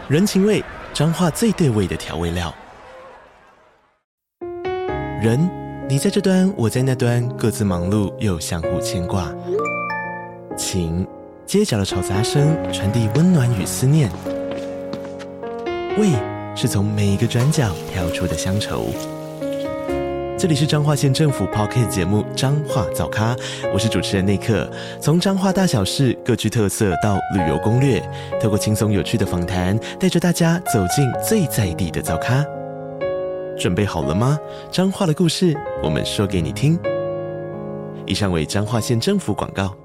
人情味，彰化最对味的调味料。人，你在这端，我在那端，各自忙碌又相互牵挂。情，街角的吵杂声传递温暖与思念。味，是从每一个转角跳出的乡愁。这里是彰化县政府 Podcast 节目《彰化早咖》，我是主持人内克。从彰化大小事各具特色到旅游攻略，透过轻松有趣的访谈，带着大家走进最在地的早咖。准备好了吗？彰化的故事，我们说给你听。以上为彰化县政府广告。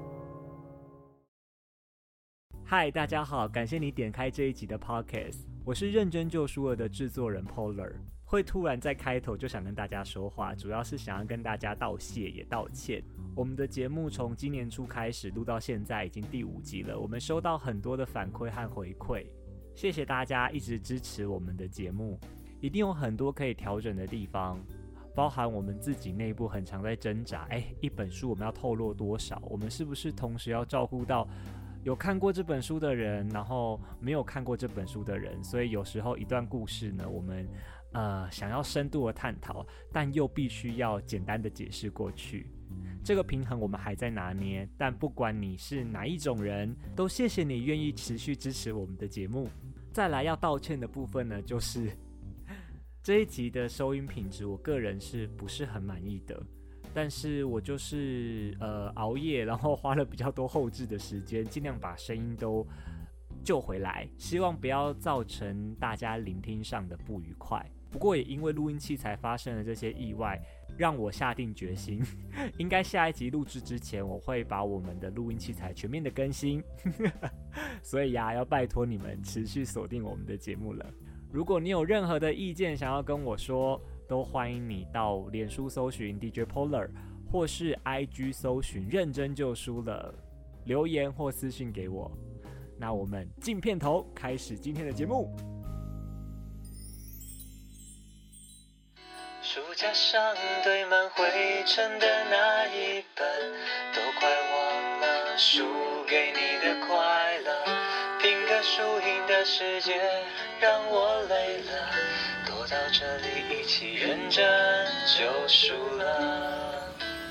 嗨，大家好，感谢你点开这一集的 Podcast， 我是认真救书了的制作人 Polar。会突然在开头就想跟大家说话，主要是想要跟大家道谢也道歉。我们的节目从今年初开始录到现在已经第5集了，我们收到很多的反馈和回馈，谢谢大家一直支持我们的节目，一定有很多可以调整的地方，包含我们自己内部很常在挣扎，一本书我们要透露多少，我们是不是同时要照顾到有看过这本书的人，然后没有看过这本书的人，所以有时候一段故事呢，我们想要深度的探讨，但又必须要简单的解释过去，这个平衡我们还在拿捏。但不管你是哪一种人，都谢谢你愿意持续支持我们的节目。再来要道歉的部分呢，就是这一集的收音品质，我个人是不是很满意的？但是我就是熬夜，然后花了比较多后制的时间，尽量把声音都救回来，希望不要造成大家聆听上的不愉快。不过也因为录音器材发生了这些意外，让我下定决心，应该下一集录制之前，我会把我们的录音器材全面的更新。所以要拜托你们持续锁定我们的节目了。如果你有任何的意见想要跟我说，都欢迎你到脸书搜寻 DJ Polar， 或是 IG 搜寻认真就输了，留言或私讯给我。那我们进片头，开始今天的节目。 书架上堆满灰尘的那一本，都快忘了输给你的快乐。拼个输赢的世界让我累了，躲到这里一起认真就输了。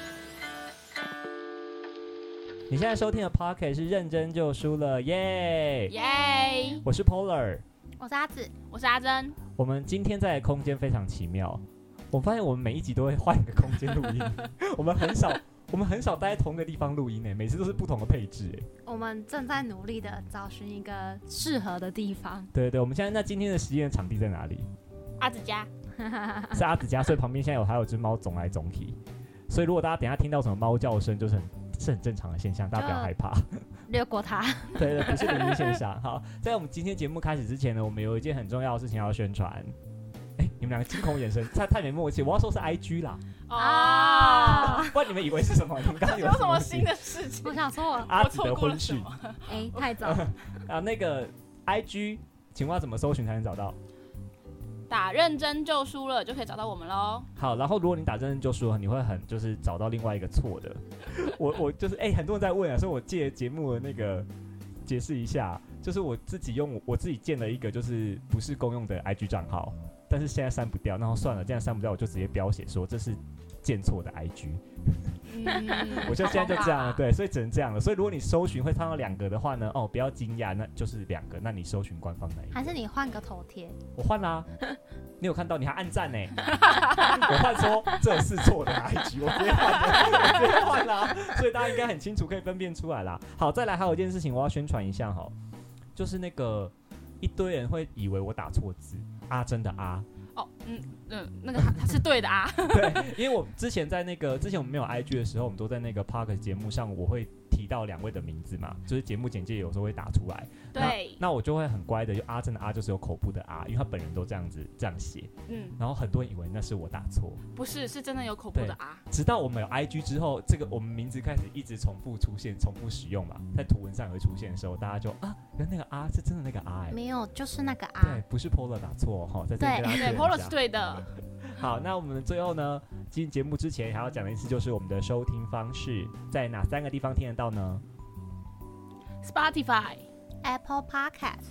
你现在收听的 Podcast 是认真就输了，耶耶！ 我是 Polar， 我是阿紫，我是阿珍。 我们今天在的空间非常奇妙，我发现我们每一集都会换一个空间录音，我们很少待在同一个地方录音，每次都是不同的配置。 我们正在努力的找寻一个适合的地方。 对对，我们现在那今天的实验场地在哪里？ 阿紫家。 是阿紫家，所以旁边现在还有只猫走来走去，所以如果大家等一下听到什么猫叫声，是很正常的现象，大家不要害怕。 略过它。 对对，不是灵异现象。好，在我们今天节目开始之前呢，我们有一件很重要的事情要宣传。你们两个惊恐眼神，太没默契。我要说是 IG 啦。不然你们以为是什么？你们刚刚有什么新的事情？我想说阿紫的婚讯。 太早。 那个 IG， 请问要怎么搜寻才能找到？ 打认真就输了就可以找到我们咯。 好，然后如果你打认真就输了，你会就是找到另外一个错的。我就是很多人在问啊，所以我借节目的那个解释一下，就是我自己建了一个就是不是公用的 IG 账号，但是现在删不掉，然后算了，既然删不掉，我就直接标写说这是建错的 IG。我就现在就这样了，对，所以只能这样了。所以如果你搜寻会看到2个的话呢，不要惊讶，那就是2个，那你搜寻官方那一个。 还是你换个头贴？ 我换啦，你有看到？你还按赞呢？我换说这是错的 IG， 我直接换啦，所以大家应该很清楚可以分辨出来啦。好，再来还有一件事情我要宣传一下哈，就是那个一堆人会以为我打错字，阿珍的阿。 那个他是对的啊。 对，因为我之前我们没有 IG 的时候，我们都在那个 Podcast 节目上，我会提到2位的名字嘛，就是节目简介有时候会打出来。 对， 那我就会很乖的，就阿珍的阿就是有口部的阿，因为他本人都这样写。然后很多人以为那是我打错， 不是，是真的有口部的阿。 直到我们有 IG 之后，这个我们名字开始一直重复出现、重复使用嘛，在图文上也会出现的时候，大家就原来那个阿是真的那个阿没有，就是那个阿。 对，不是 Polar 打错哈，在这里跟大家对 ，Polar 是对的。 好，那我们最后呢，今天节目之前还要讲的一次，就是我们的收听方式，在哪3个地方听得到呢？ Spotify、Apple Podcast、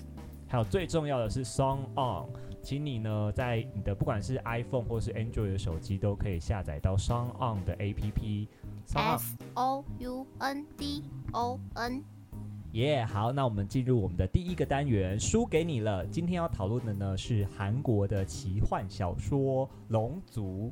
还有最重要的是 Song On， 请你呢在你的不管是 iPhone 或是 Android 的手机都可以下载到 Song On 的 SOUNDON。 好，那我们进入我们的第一个单元，书给你了。今天要讨论的呢是韩国的奇幻小说《龙族》。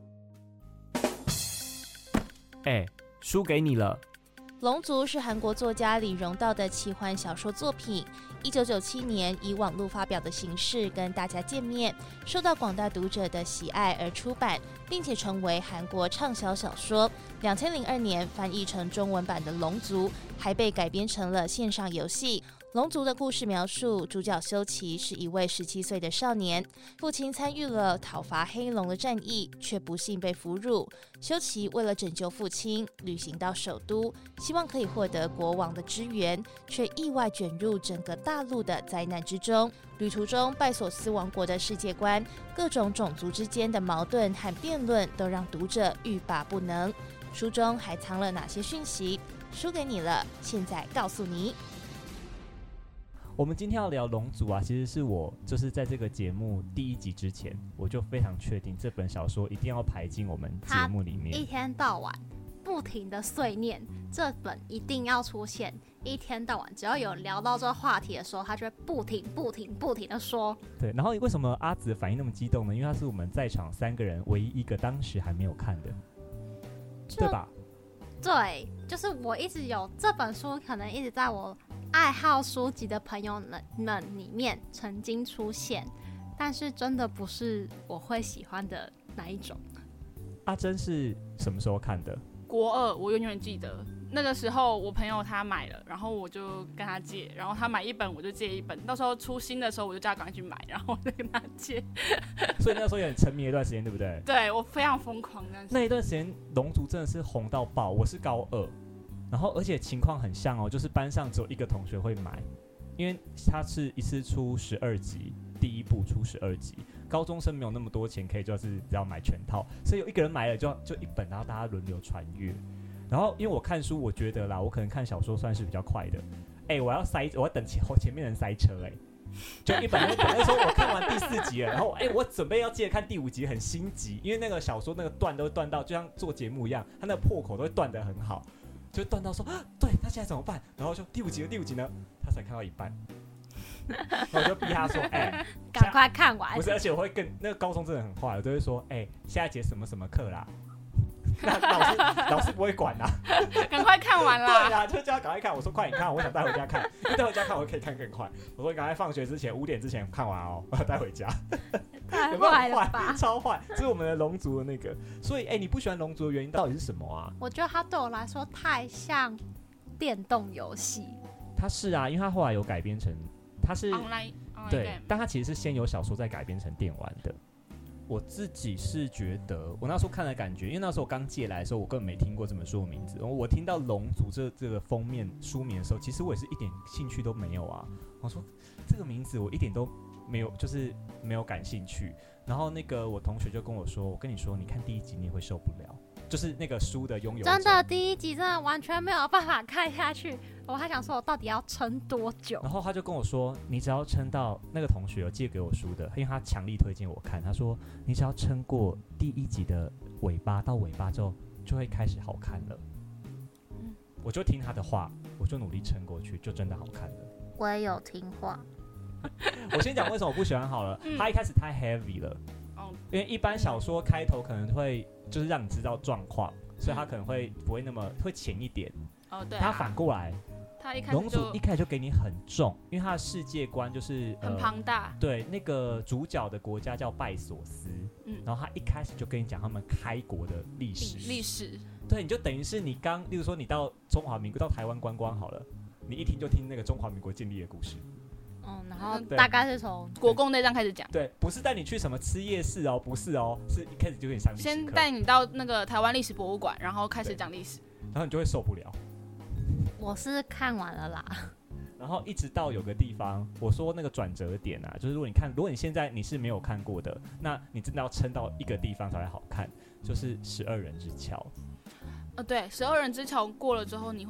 书给你了。 《龙族》是韩国作家李荣道的奇幻小说作品，1997年以网络发表的形式跟大家见面，受到广大读者的喜爱而出版，并且成为韩国畅销小说。2002年翻译成中文版的《龙族》，还被改编成了线上游戏。龙族的故事描述，主角修齐是一位17岁的少年，父亲参与了讨伐黑龙的战役，却不幸被俘虏。修齐为了拯救父亲，旅行到首都，希望可以获得国王的支援，却意外卷入整个大陆的灾难之中。旅途中，拜索斯王国的世界观、各种种族之间的矛盾和辩论，都让读者欲罢不能。书中还藏了哪些讯息？书给你了，现在告诉你。 我们今天要聊《龙族》啊，其实是我就是在这个节目第1集之前，我就非常确定这本小说一定要排进我们节目里面。 一天到晚不停的碎念，这本一定要出现。一天到晚只要有聊到这个话题的时候，他就会不停的说。 对，然后为什么阿紫的反应那么激动呢？因为他是我们在场3个人唯一一个当时还没有看的，对吧？ 对，就是我一直有这本书，可能一直在我爱好书籍的朋友们里面曾经出现，但是真的不是我会喜欢的那一种。 阿珍是什么时候看的？ 国2，我永远记得那个时候，我朋友他买了，然后我就跟他借，然后他买1本我就借1本，到时候出新的时候我就叫他赶快去买，然后我再跟他借。 所以那时候也很沉迷一段时间，对不对？ 对，我非常疯狂那一段时间，《龙族》真的是红到爆。我是高2，然后而且情况很像哦，就是班上只有一个同学会买，因为他是一次出12集，第一部出12集。高中生没有那么多钱，可以就是只要买全套，所以有一个人买了就1本，然后大家轮流传阅。然后因为我看书，我觉得啦，我可能看小说算是比较快的。我要等前面人塞车就一本那时候我看完第4集了，然后我准备要接着看第5集，很心急，因为那个小说那个段都会断到，就像做节目一样，它那个破口都会断得很好，就断到说对，那现在怎么办？然后就第5集呢，他才看到一半。然后我就逼他说：“ 赶快看完。” 不是，而且我会那个高中真的很坏，我就会说：“下一节什么什么课啦？”那老师不会管啦， 赶快看完啦。 对啊，就叫他赶快看。我说：“快点看，我想带回家看，因为带回家看我可以看更快。”我说：“赶快放学之前5点之前看完哦，我要带回家。” 太坏了吧， 超坏！这是我们的龙族的那个。所以，你不喜欢龙族的原因到底是什么啊？ 我觉得它对我来说太像电动游戏。 它是啊，因为它后来有改编成。它是 online 对 game， 但它其实是先有小说再改编成电玩的。我自己是觉得，我那时候看的感觉，因为那时候我刚借来的时候，我根本没听过这本书的名字。我听到《龙族》这个封面书名的时候，其实我也是一点兴趣都没有啊。我说这个名字我一点都没有，就是没有感兴趣。然后那个我同学就跟我说：“我跟你说，你看第1集你会受不了。”就是那个书的拥有者， 真的第1集真的完全没有办法看下去。我还想说，我到底要撑多久？ 然后他就跟我说，你只要撑到那个同学有借给我书的，因为他强力推荐我看。他说，你只要撑过第1集的尾巴，到尾巴之后就会开始好看了。我就听他的话，我就努力撑过去，就真的好看了。 我也有听话。 我先讲为什么我不喜欢好了，他一开始太 heavy 了。因为一般小说开头可能会就是让你知道状况，所以他可能会不会那么会浅一点。 对、 他反过来， 他龙族一开始就给你很重，因为他的世界观就是很庞大。 对，那个主角的国家叫拜索斯，然后他一开始就跟你讲他们开国的历史。对，你就等于是你例如说你到中华民国到台湾观光好了，你一听就听那个中华民国建立的故事。 然后大概是从国共内战开始讲。 对，不是带你去什么吃夜市哦，不是哦，是一开始就给你上历史课， 先带你到那个台湾历史博物馆，然后开始讲历史， 然后你就会受不了。 我是看完了啦。 然后一直到有个地方，我说那个转折点啊，就是如果你现在你是没有看过的，那你真的要撑到一个地方才会好看，就是12人之桥。 对，12人之桥过了之后，你会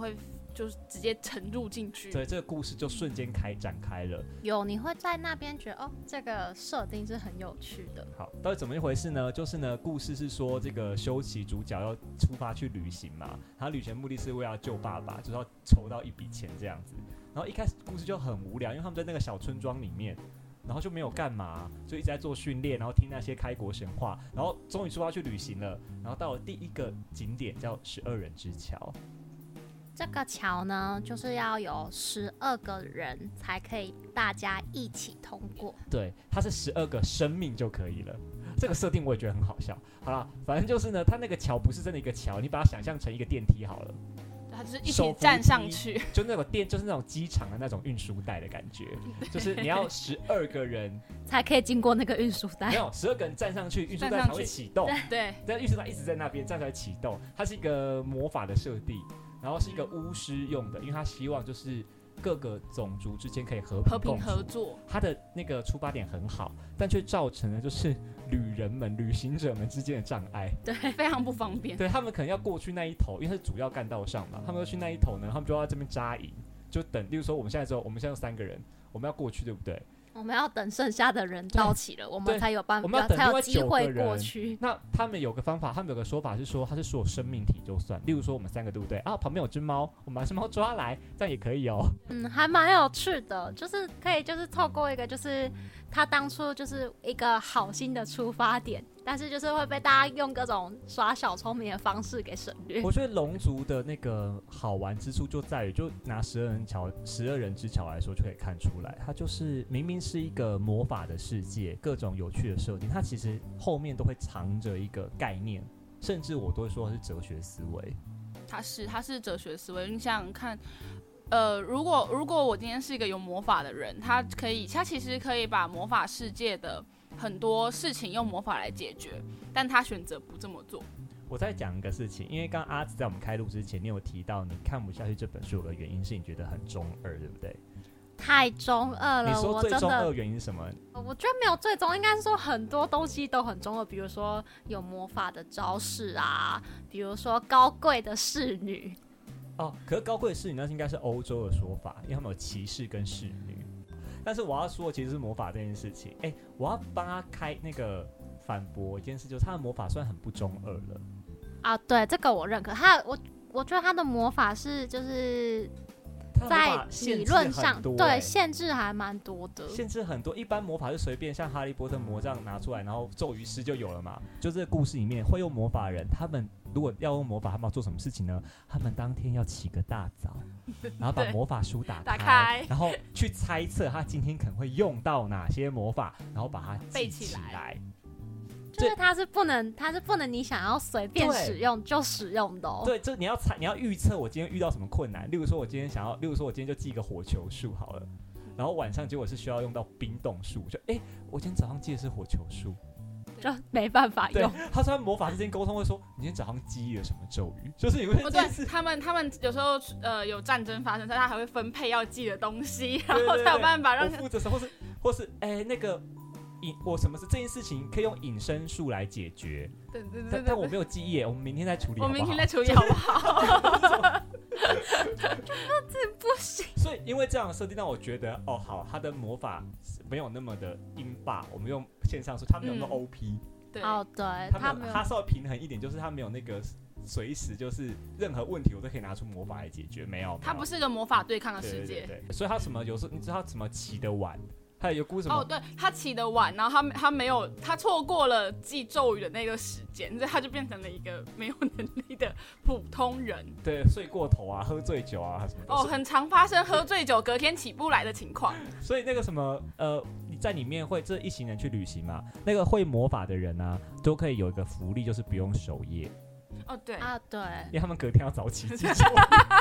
就直接沉入进去。 对，这个故事就瞬间展开了。 你会在那边觉得这个设定是很有趣的。 好，到底怎么一回事呢？就是呢，故事是说这个修齐主角要出发去旅行嘛，他旅行目的是为了救爸爸，就是要筹到一笔钱这样子。然后一开始故事就很无聊，因为他们在那个小村庄里面。然后就没有干嘛，就一直在做训练，然后听那些开国神话，然后终于出发去旅行了。然后到了第一个景点叫12人之桥。 这个桥呢，就是要有12个人才可以大家一起通过。 对，它是12个生命就可以了。这个设定我也觉得很好笑。好了，反正就是呢，它那个桥不是真的一个桥，你把它想象成一个电梯好了。 它就是一起站上去， 就那种就是那种机场的那种运输带的感觉，就是你要12个人才可以经过那个运输带， 没有12个人站上去，运输带才会启动。 对， 但运输带一直在那边，这样才会启动。它是一个魔法的设定，然后是一个巫师用的，因为他希望就是各个种族之间可以和平合作。 他的那个出发点很好，但却造成了就是旅行者们之间的障碍， 对，非常不方便。 对，他们可能要过去那一头，因为它是主要干道上嘛，他们要去那一头呢，他们就要在这边扎营，就等。例如说，我们现在有3个人，我们要过去，对不对？ 我们要等剩下的人到齐了，我们才有办法， 我们要等才有机会过去。 那他们有个方法，他们有个说法是说，它是所有生命体就算。例如说，我们3个对不对？啊，旁边有只猫，我们把只猫抓来，这样也可以哦。 还蛮有趣的，就是可以就是透过一个就是他当初就是一个好心的出发点，但是就是会被大家用各种耍小聪明的方式给省略。 我觉得龙族的那个好玩之处就在于，就拿12人之桥来说就可以看出来，它就是明明是一个魔法的世界，各种有趣的设定，它其实后面都会藏着一个概念，甚至我都会说是哲学思维。 它是哲学思维，你想想看。如果我今天是一个有魔法的人，他其实可以把魔法世界的很多事情用魔法来解决，但他选择不这么做。 我再讲一个事情，因为刚刚阿紫在我们开录之前，你有提到你看不下去这本书有个原因是你觉得很中二，对不对？ 太中二了。 你说最中二的原因是什么？ 我觉得没有最中，应该是说很多东西都很中二，比如说有魔法的招式啊，比如说高贵的侍女。 可是高贵的侍女那应该是欧洲的说法，因为他们有骑士跟侍女。但是我要说的其实是魔法这件事情。我要帮他反驳一件事，就是他的魔法算很不中二了。 对，这个我认可。我觉得他的魔法是就是在理论上对限制还蛮多的， 限制很多。一般魔法是随便像哈利波特魔杖拿出来，然后咒语师就有了嘛。就这个故事里面会用魔法的人，他们如果要用魔法，他们要做什么事情呢？他们当天要起个大早，然后把魔法书打开，然后去猜测他今天可能会用到哪些魔法，然后把它记起来。 就是它是不能你想要随便使用就使用的哦。 对，这你要预测我今天遇到什么困难。例如说我今天就记一个火球术好了，然后晚上结果是需要用到冰冻术，就我今天早上记的是火球术， 就没办法用。 他说魔法之间沟通会说，你今天早上记了什么咒语，就是你会他们有时候有战争发生，他还会分配要记的东西，然后才有办法让我负责什么，或是那个。我什么是这件事情可以用隐身术来解决？对，但我没有记忆，我们明天再处理好不好？ 我明天再处理好不好？ 这不行。 所以因为这样的设定让我觉得，好，他的魔法没有那么的英霸，我们用线上说他没有那么 OP。 对， 他稍微平衡一点，就是他没有那个随时就是任何问题我都可以拿出魔法来解决，没有。 他不是个魔法对抗的世界， 对，所以他有时候你知道他怎么骑得晚？还有估什么？ 对，他起得晚，然后他没有，他错过了记咒语的那个时间，所以他就变成了一个没有能力的普通人。 对，睡过头啊，喝醉酒啊，什么的。 很常发生喝醉酒隔天起不来的情况。 所以那个什么你在里面这一行人去旅行嘛，那个会魔法的人啊，都可以有一个福利，就是不用守夜。 对， 因为他们隔天要早起记咒。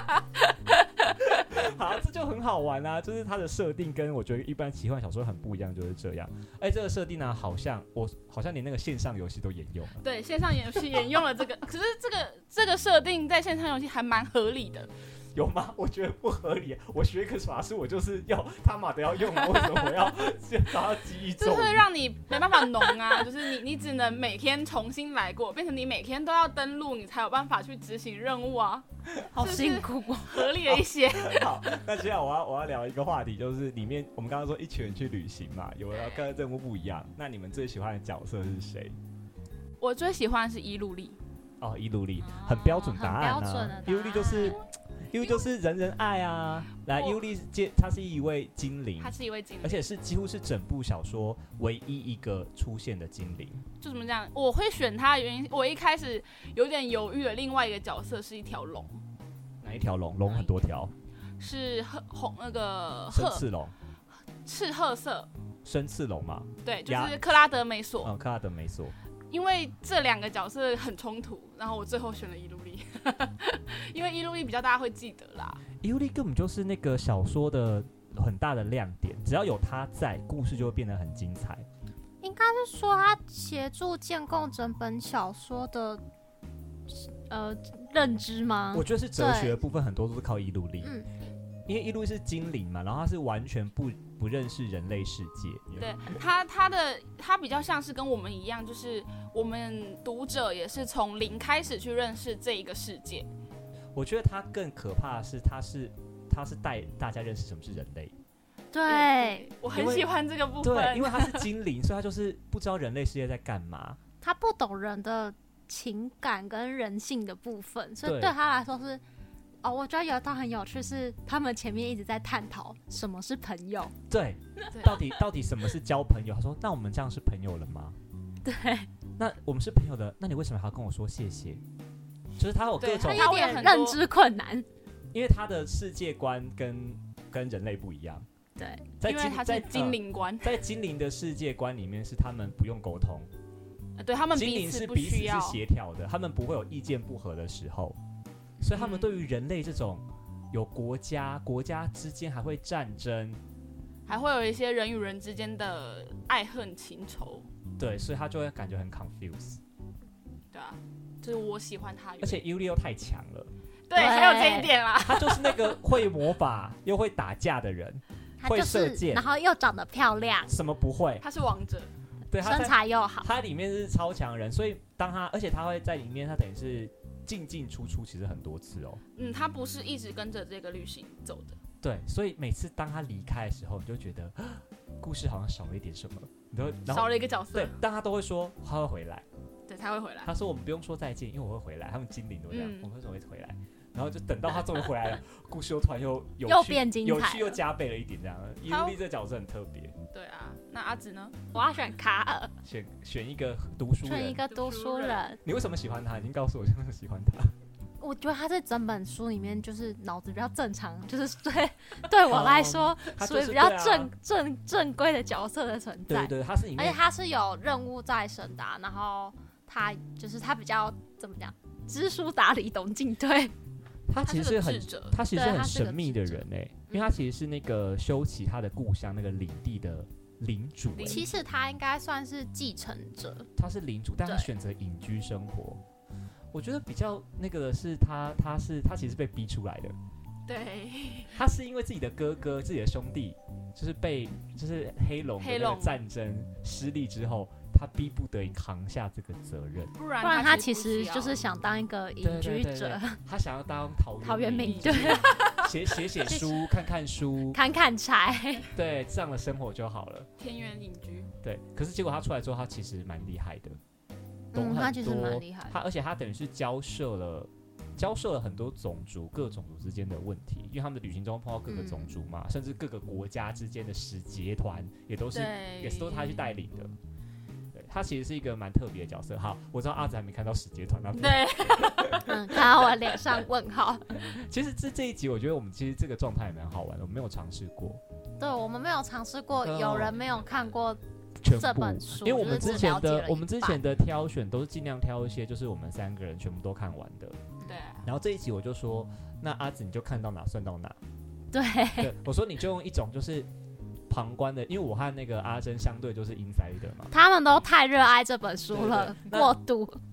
好，这就很好玩啊！就是它的设定跟我觉得一般奇幻小说很不一样，就是这样。这个设定呢，好像连那个线上游戏都沿用了。 对，线上游戏沿用了这个，可是这个设定在线上游戏还蛮合理的。 有吗？我觉得不合理。我学一个法术，我就是要他妈的要用啊，为什么我要先把它记忆中？ 这会让你没办法浓啊，就是你只能每天重新来过，变成你每天都要登录，你才有办法去执行任务啊。 好辛苦哦。 合理了一些。 好，那接下来我要聊一个话题，就是里面我们刚刚说一群人去旅行嘛，有人跟任务不一样，那你们最喜欢的角色是谁？ 我最喜欢的是伊露莉。 哦，伊露莉很标准答案啊，伊露莉就是人人爱啊。来，伊露莉她是一位精灵， 她是一位精灵， 而且是几乎是整部小说唯一一个出现的精灵。 就怎么讲？我会选她的原因，我一开始有点犹豫的另外一个角色是一条龙。 哪一条龙？龙很多条。 是那个深刺龙， 赤褐色深刺龙嘛？ 对，就是克拉德梅索。 克拉德梅索。 因为这两个角色很冲突，然后我最后选了伊露莉，因为伊露莉比较大家会记得啦。 伊露莉根本就是那个小说的很大的亮点，只要有她在，故事就会变得很精彩。 应该是说他协助建构整本小说的认知吗？ 我觉得是哲学的部分很多都是靠伊露莉。因为伊露莉是精灵嘛，然后他是完全不认识人类世界。 对，他比较像是跟我们一样，就是我们读者也是从零开始去认识这一个世界。 我觉得他更可怕的是，他是带大家认识什么是人类。 对， 我很喜欢这个部分。 对，因为他是精灵，所以他就是不知道人类世界在干嘛。 他不懂人的情感跟人性的部分，所以对他来说是。我觉得有一段很有趣，是他们前面一直在探讨什么是朋友。 对，到底什么是交朋友？他说：“那我们这样是朋友了吗？” 对， 那我们是朋友的，那你为什么还要跟我说谢谢？就是他有各种， 他有点认知困难， 因为他的世界观跟人类不一样。 对， 因为他是精灵观， 在精灵的世界观里面，是他们不用沟通， 对他们彼此是协调的，他们不会有意见不合的时候。所以他们对于人类这种有国家之间还会战争， 还会有一些人与人之间的爱恨情仇， 对，所以他就会感觉很 confused。 对啊，就是我喜欢他， 而且伊露莉又太强了， 对，还有这一点啦， 他就是那个会魔法又会打架的人，会射箭， 然后又长得漂亮， 什么不会？ 他是王者， 对， 身材又好， 他里面是超强人，所以而且他会在里面，他等于是。进出其实很多次哦。 他不是一直跟着这个旅行走的。 对，所以每次当他离开的时候，你就觉得故事好像少了一点什么， 少了一个角色。 对，但他都会说他会回来。 对，他会回来。 他说我们不用说再见，因为我会回来。他们精灵都这样，我们为什么会回来？然后就等到他终于回来了，故事又突然又变精彩， 有趣又加倍了一点这样。伊露莉这个角色很特别。 对啊，那阿紫呢？ 我要选卡尔， 选一个读书人。 选一个读书人。 你为什么喜欢他？已经告诉我为什么喜欢他。 我觉得他在整本书里面就是脑子比较正常，就是对我来说，属于比较正规的角色的存在。 对，他是里面， 而且他是有任务在身的，然后他比较怎么讲，知书达理，懂进退。 他其实是很神秘的人因为他其实是那个修齐他的故乡那个领地的领主。 其实他应该算是继承者， 他是领主，但他选择隐居生活。我觉得比较那个的是他其实被逼出来的。 对， 他是因为自己的哥哥、自己的兄弟，就是黑龙的那个战争失利之后，他逼不得已扛下这个责任。 不然他其实就是想当一个隐居者， 对，他想要当陶渊明， 对，写书、看书、 砍柴， 对，这样的生活就好了。 田园隐居， 对。可是结果他出来之后，他其实蛮厉害的。 他其实蛮厉害， 而且他等于是交涉了很多各种族之间的问题，因为他们的旅行中碰到各个种族嘛，甚至各个国家之间的使节团也都是他去带领的。对，他其实是一个蛮特别的角色。好，我知道阿紫还没看到使节团那边， 对，看到我脸上问号。 其实这一集我觉得我们其实这个状态也蛮好玩的，我们没有尝试过。 对，我们没有尝试过，有人没有看过。这本书， 因为我们之前的挑选都是尽量挑一些，就是我们3个人全部都看完的。 对。 然后这一集我就说，那阿紫你就看到哪算到哪。 对。 我说你就用一种就是旁观的，因为我和那个阿珍相对就是 insider 嘛。 他们都太热爱这本书了，过度。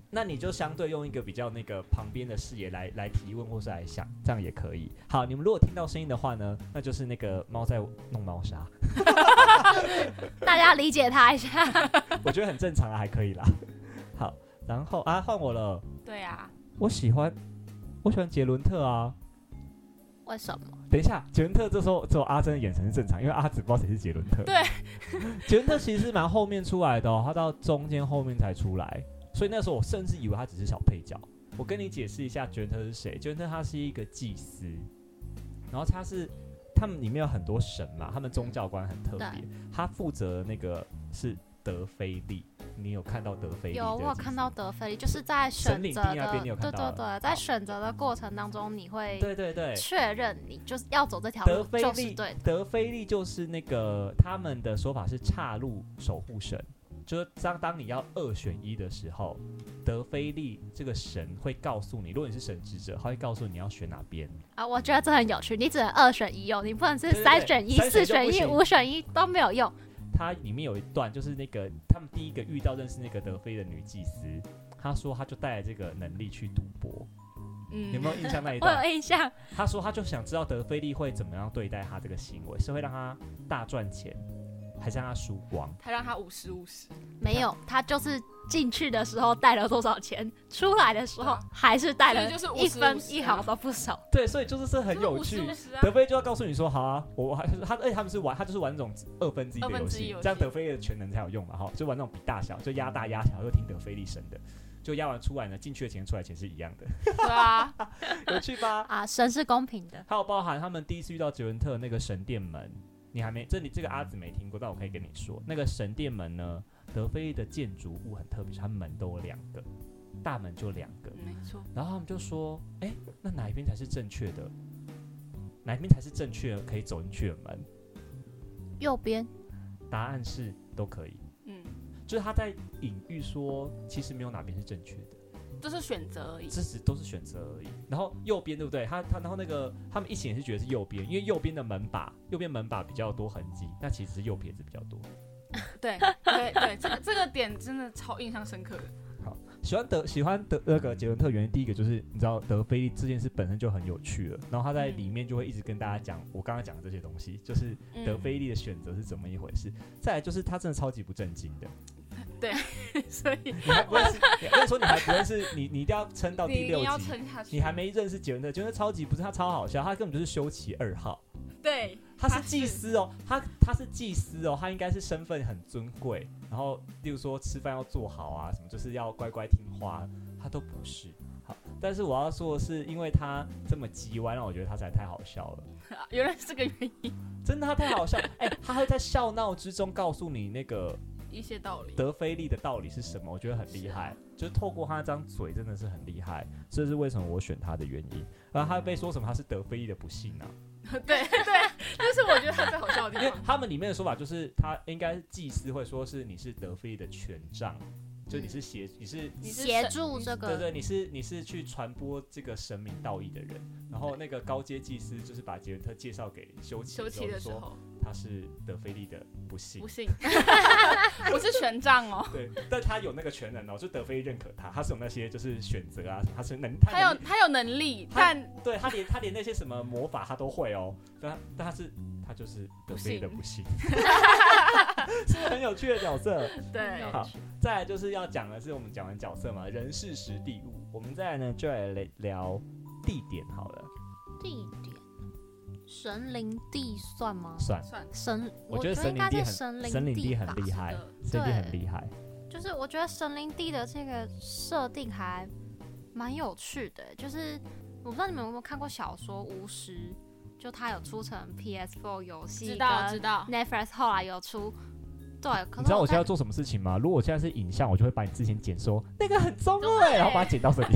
那你就相对用一个比较那个旁边的视野来提问或是来想，这样也可以。好，你们如果听到声音的话呢，那就是那个猫在弄猫砂， 大家理解他一下。 我觉得很正常啊，还可以啦。好，然后啊，换我了。 对啊， 我喜欢杰伦特啊。 为什么？ 等一下，杰伦特这时候只有阿珍的眼神是正常，因为阿紫不知道谁是杰伦特。 对， 杰伦特其实是蛮后面出来的哦，他到中间后面才出来。所以那时候我甚至以为他只是小配角。我跟你解释一下杰伦特是谁。杰伦特他是一个祭司，然后他们里面有很多神嘛，他们宗教观很特别。他负责那个是德菲利，你有看到德菲利？ 有，我有看到德菲利，就是在选择的， 那边你有看到？ 对，在选择的过程当中，你会对确认你就是要走这条路，就是对的。 德菲利就是那个他们的说法是岔路守护神。就是当你要2选1的时候，德菲利这个神会告诉你，如果你是神职者，他会告诉你要选哪边啊。我觉得这很有趣，你只能2选1哦，你不能是3选1、4选1、5选1都没有用。 它里面有一段就是那个他们第一个遇到认识那个德菲的女祭司，她说她就带着这个能力去赌博。有没有印象那一段？ 我有印象。 她说她就想知道德菲利会怎么样对待她这个行为，是会让她大赚钱，还是让他输光？ 他让他50-50， 没有，他就是进去的时候带了多少钱，出来的时候还是带了1分1毫都不少。 对，所以就是很有趣。德菲就要告诉你说，好啊，而且他们是玩，他就是玩那种1/2的游戏，这样德菲的全能才有用嘛，哈，就玩那种比大小，就压大压小，又听德菲利神的。就压完出来呢，进去的钱出来钱是一样的。 对啊， 有趣吧？ 啊，神是公平的。 还有包含他们第一次遇到杰伦特那个神殿门。你还没这个阿紫没听过，但我可以跟你说，那个神殿门呢，德菲利的建筑物很特别，它门都有2个，大门就2个， 没错。 然后他们就说，那哪一边才是正确的？哪一边才是正确的可以走进去的门？ 右边。 答案是都可以。就是他在隐喻说，其实没有哪边是正确的。 这是选择而已， 都是选择而已。然后右边对不对？然后那个他们一起也是觉得是右边，因为右边门把比较多痕迹，那其实是右撇子比较多。 对，这个点真的超印象深刻的。 好，喜欢那个杰伦特原因，第一个就是你知道德菲利这件事本身就很有趣了，然后他在里面就会一直跟大家讲我刚刚讲的这些东西，就是德菲利的选择是怎么一回事。再来就是他真的超级不正经的。 对，所以你还不认识，我跟你说，你还不认识，你一定要撑到第6集， 你要撑下去。 你还没认识杰伦特，杰伦特超级不是他超好笑，他根本就是修齐2号。 对， 他是祭司哦，他是祭司哦，他应该是身份很尊贵，然后例如说吃饭要做好啊，什么就是要乖乖听话，他都不是。好，但是我要说的是，因为他这么叽歪，让我觉得他实在太好笑了。 原来是这个原因， 真的他太好笑。他会在笑闹之中告诉你那个。 一些道理， 德菲利的道理是什么？我觉得很厉害，就是透过他那张嘴真的是很厉害，这是为什么我选他的原因。然后他被说什么他是德菲利的不幸啊？ 对，就是我觉得他最好笑的地方。 因为他们里面的说法就是他应该祭司会说是你是德菲利的权杖。就你是协助这个， 对，你是去传播这个神明道义的人。然后那个高阶祭司就是把杰伦特介绍给修齐的时候，他是德菲利的不幸，不是权杖哦。 对，但他有那个权能哦，就德菲利认可他是有那些就是选择啊，他是他有能力，但对他连那些什么魔法他都会哦，但他就是德菲利的不幸，是很有趣的角色。 对， 好，再来就是要讲的是我们讲完角色嘛，人事时地物，我们再来呢就来聊地点好了。 地点，神灵地算吗？ 算。我觉得应该是神灵地很厉害，神灵地很厉害。 就是我觉得神灵地的这个设定还蛮有趣的，就是我不知道你们有没有看过小说《巫师》。就它有出成 PS4 游戏， 知道 Netflix 后来有出，对。 你知道我现在做什么事情吗？如果我现在是影像，我就会把你之前剪说那个很中二，然后把它剪到这里。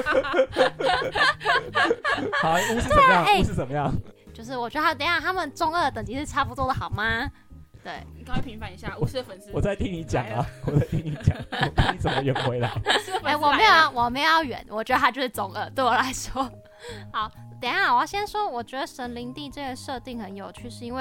好，巫师怎么样？巫师怎么样？ 就是我觉得等一下他们中二的等级是差不多的，好吗？对， 你赶快平反一下巫师的粉丝。 我在听你讲啊，我看你怎么圆回来。 我没有要圆，我觉得他就是中二，对我来说。好。等一下，我要先说，我觉得神灵地这个设定很有趣，是因为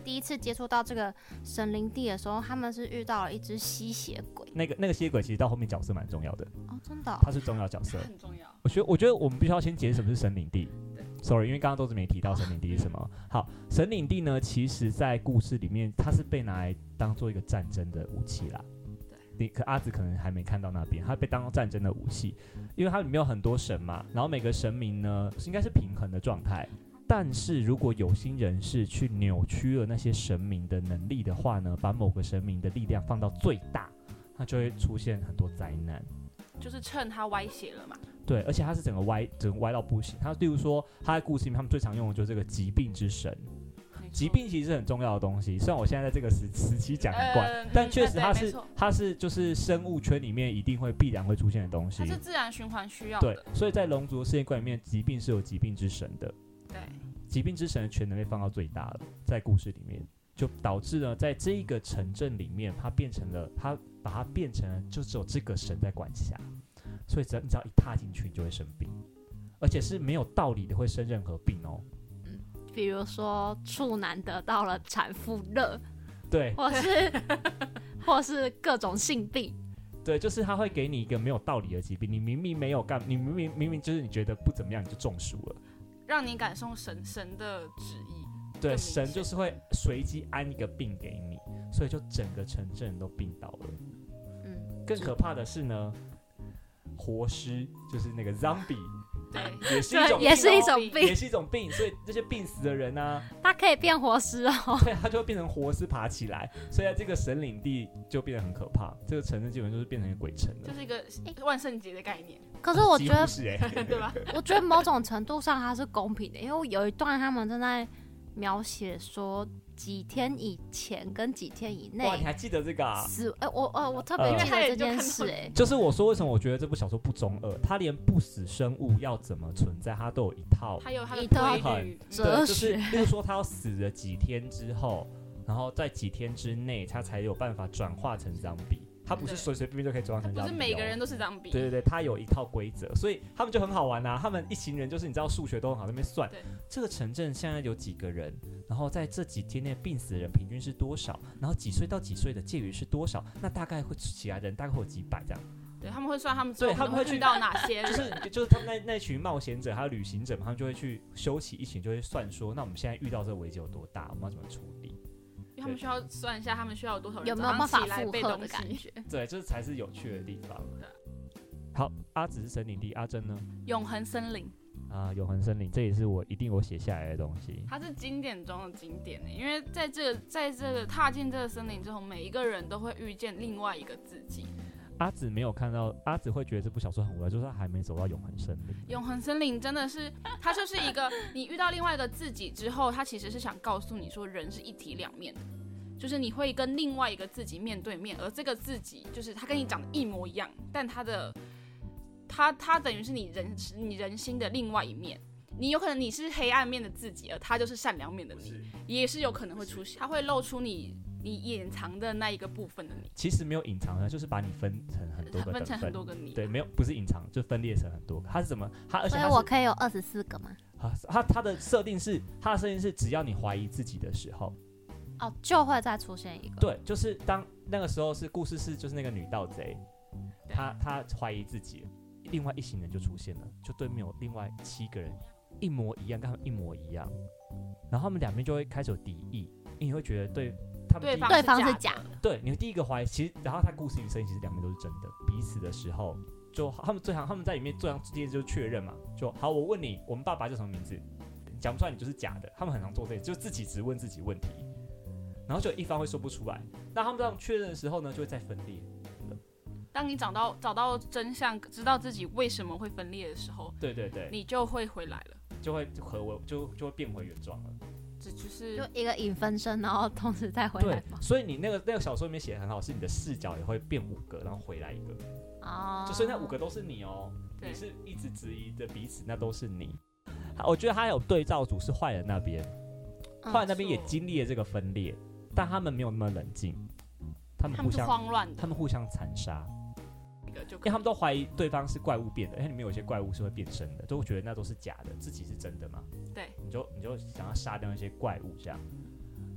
第一次接触到这个神灵地的时候，他们是遇到了一只吸血鬼。 那个吸血鬼其实到后面角色蛮重要的哦，真的、哦， 他是重要角色， 很重要。 我觉得我们必须要先解释什么是神领地。Sorry， 因为刚刚都是没提到神领地是什么。好，神领地呢，其实在故事里面，它是被拿来当做一个战争的武器啦。阿紫可能还没看到那边，它被当做战争的武器，因为它里面有很多神嘛，然后每个神明呢应该是平衡的状态。但是如果有心人士去扭曲了那些神明的能力的话呢，把某个神明的力量放到最大，它就会出现很多灾难。 就是趁它歪斜了嘛。 对，而且它是整个歪到不行。它例如说，它在故事里面他们最常用的就是这个疾病之神。疾病其实是很重要的东西，虽然我现在在这个时期讲很怪，但确实它是就是生物圈里面必然会出现的东西。 它是自然循环需要的。 对，所以在龙族的世界观里面，疾病是有疾病之神的。 对， 疾病之神的权能被放到最大了，在故事里面就导致呢，在这一个城镇里面，它把它变成了就只有这个神在管辖，所以你只要一踏进去，你就会生病，而且是没有道理的会生任何病哦。 比如说处男得到了产妇热， 对， 或是各种性病。 对，就是他会给你一个没有道理的疾病，你明明没有干，你明明就是你觉得不怎么样，你就中暑了， 让你感受神的旨意。 对，神就是会随机安一个病给你，所以就整个城镇都病倒了。更可怕的是呢，活尸就是那个 zombie。 对， 也是一种病，所以这些病死的人啊， 他可以变活尸哦， 对，他就会变成活尸爬起来，所以在这个神领地就变得很可怕，这个城市基本就是变成一个鬼城了， 就是一个万圣节的概念。 可是我觉得对吧？ 我觉得某种程度上它是公平的，因为有一段他们正在描写说几天以前跟几天以内。 哇，你还记得这个啊？ 我特别记得这件事就是我说为什么我觉得这部小说不中二，它连不死生物要怎么存在，它都有一套， 它有它的规律哲学。 就是例如说，它要死了几天之后，然后在几天之内，它才有办法转化成zombie。它不是随随便便就可以转化成zombie， 不是每个人都是zombie。 对对对，它有一套规则，所以他们就很好玩啊。他们一行人就是你知道数学都很好，在那边算这个城镇现在有几个人，然后在这几天内病死的人平均是多少，然后几岁到几岁的介于是多少，那大概会起来的人大概会有几百这样。 对，他们会算他们会去到哪些人， 就是他们那群冒险者还有旅行者，他们就会去修起一群，就会算说，那我们现在遇到这个危机有多大，我们要怎么处理。 因为他们需要算一下，他们需要有多少人有没有办法负荷的感觉？ 对，这才是有趣的地方。好，阿紫是神领地，阿珍呢？ 永恒森林啊，永恒森林，这也是我一定我写下来的东西。 它是经典中的经典，因为在这个踏进这个森林之后，每一个人都会遇见另外一个自己。 阿紫没有看到，阿紫会觉得这部小说很无聊，就是他还没走到永恒森林。 永恒森林真的是，它就是一个你遇到另外一个自己之后，它其实是想告诉你说，人是一体两面的，就是你会跟另外一个自己面对面，而这个自己就是他跟你长得一模一样，但他等于是你人心的另外一面。你有可能你是黑暗面的自己，而他就是善良面的你，也是有可能会出现，他会露出你掩藏的那一个部分的你。 其实没有隐藏的，就是把你分成很多个， 分成很多个你。 对，没有，不是隐藏，就分裂成很多个。它是怎么？而且所以我可以有24个吗？ 它的设定是，只要你怀疑自己的时候， 就会再出现一个。 对，就是当那个时候故事是就是那个女盗贼，她怀疑自己，另外一行人就出现了，就对面有另外7个人一模一样，跟他们一模一样，然后他们两边就会开始有敌意，因为你会觉得对方是假的。 对，你第一个怀疑，其实然后他故事里声音其实两边都是真的，彼此的时候，就他们在里面最常直接就确认嘛，就好，我问你，我们爸爸叫什么名字？你讲不出来，你就是假的。他们很常做这个，就自己只问自己问题，然后就一方会说不出来。那他们这样确认的时候呢，就会再分裂。 当你找到真相，知道自己为什么会分裂的时候， 对对对， 你就会回来了， 就会就会变回原状了。 这就是一个影分身，然后同时再回来嘛。 对，所以你那个小说里面写的很好，是你的视角也会变5个，然后回来一个。就所以那5个都是你哦，你是一直质疑的彼此，那都是你。我觉得他有对照组是坏人那边，坏人那边也经历了这个分裂，但他们没有那么冷静，他们是慌乱的， 他们互相残杀。因为他们都怀疑对方是怪物变的，因为里面有些怪物是会变身的，都会觉得那都是假的，自己是真的嘛。 对， 你就想要杀掉那些怪物这样。那